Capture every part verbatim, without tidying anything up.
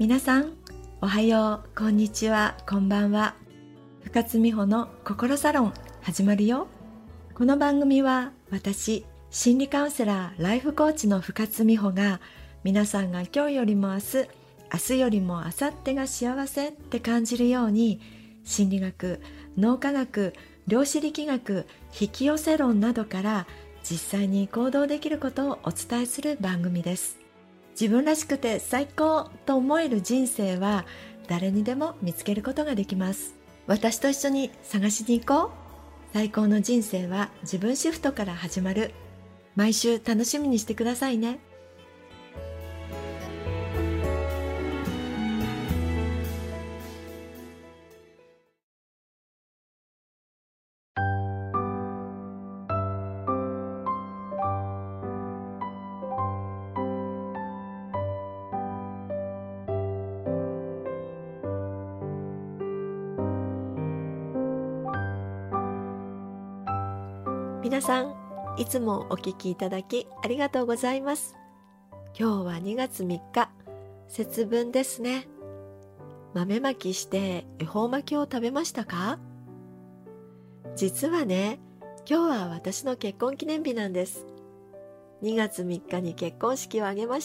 皆さんおはよう、こんにちは、こんばんは。深津美穂の心サロン始まるよ。この番組は私心理カウンセラーライフコーチの深津美穂が皆さんが今日よりも明日、明日よりも明後日が幸せって感じるように心理学、脳科学、量子力学、引き寄せ論などから実際に行動できることをお伝えする番組です。自分らしくて最高と思える人生は誰にでも見つけることができます。私と一緒に探しに行こう。最高の人生は自分シフトから始まる。毎週楽しみにしてくださいね。皆さん、いつもお聞きいただきありがとうございます。今日はにがつみっか、節分ですね。豆まきして恵方巻きを食べましたか？実はね、今日は私の結婚記念日なんです。にがつみっかに結婚式を挙げました。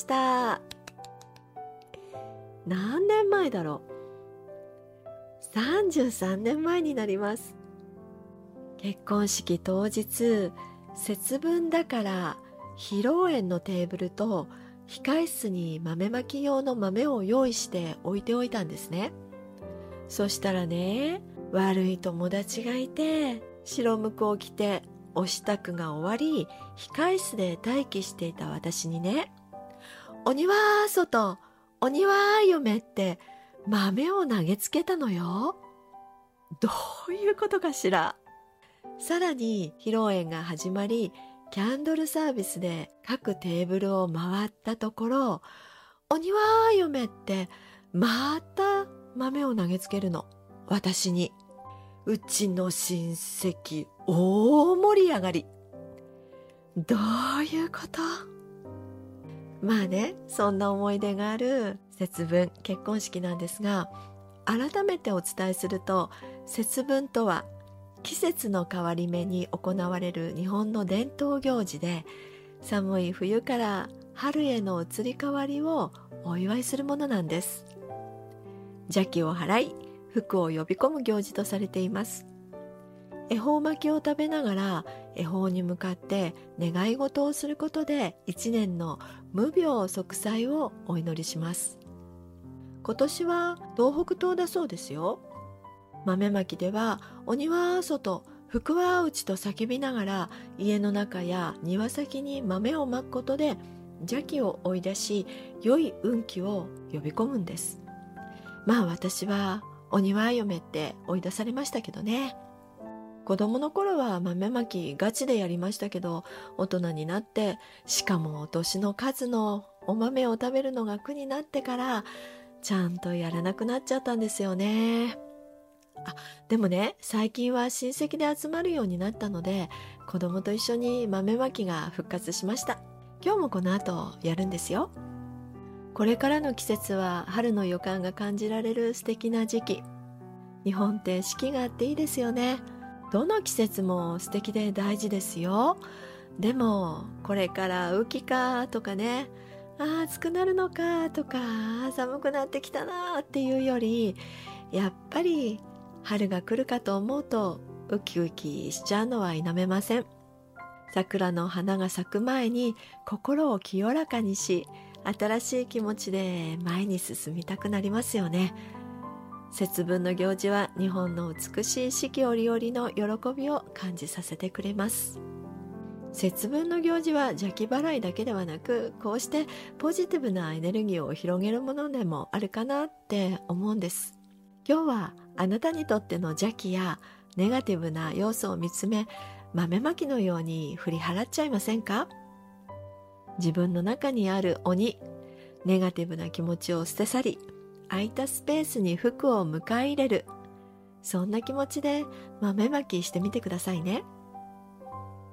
何年前だろう？さんじゅうさんねんまえになります。結婚式当日、節分だから披露宴のテーブルと控え室に豆まき用の豆を用意して置いておいたんですね。そしたらね、悪い友達がいて、白むくを着てお支度が終わり、控え室で待機していた私にね、鬼は外、鬼は嫁って豆を投げつけたのよ。どういうことかしら。さらに披露宴が始まり、キャンドルサービスで各テーブルを回ったところ、鬼は嫁ってまた豆を投げつけるの、私に。うちの親戚大盛り上がり。どういうこと？まあね、そんな思い出がある節分結婚式なんですが、改めてお伝えすると、節分とは季節の変わり目に行われる日本の伝統行事で、寒い冬から春への移り変わりをお祝いするものなんです。邪気を払い、福を呼び込む行事とされています。恵方巻きを食べながら恵方に向かって願い事をすることで一年の無病息災をお祈りします。今年は東北東だそうですよ。豆まきでは鬼は外、福は内と叫びながら家の中や庭先に豆をまくことで邪気を追い出し、良い運気を呼び込むんです。まあ私は鬼は嫁って追い出されましたけどね。子供の頃は豆まきガチでやりましたけど、大人になって、しかも年の数のお豆を食べるのが苦になってからちゃんとやらなくなっちゃったんですよね。あ、でもね、最近は親戚で集まるようになったので、子供と一緒に豆まきが復活しました。今日もこの後やるんですよ。これからの季節は春の予感が感じられる素敵な時期。日本って四季があっていいですよね。どの季節も素敵で大事ですよ。でもこれから雨季かとかね、あー暑くなるのかとか、寒くなってきたなっていうより、やっぱり春が来るかと思うとウキウキしちゃうのは否めません。桜の花が咲く前に心を清らかにし、新しい気持ちで前に進みたくなりますよね。節分の行事は日本の美しい四季折々の喜びを感じさせてくれます。節分の行事は邪気払いだけではなく、こうしてポジティブなエネルギーを広げるものでもあるかなって思うんです。今日はあなたにとっての邪気やネガティブな要素を見つめ、豆まきのように振り払っちゃいませんか？自分の中にある鬼、ネガティブな気持ちを捨て去り、空いたスペースに福を迎え入れる、そんな気持ちで豆まきしてみてくださいね。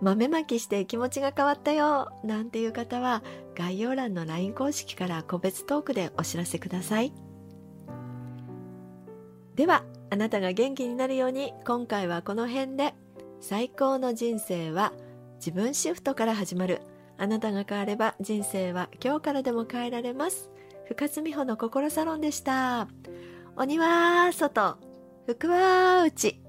豆まきして気持ちが変わったよなんていう方は概要欄の ライン 公式から個別トークでお知らせください。ではあなたが元気になるように今回はこの辺で。最高の人生は自分シフトから始まる。あなたが変われば人生は今日からでも変えられます。深津美穂の心サロンでした。鬼は外、福は内。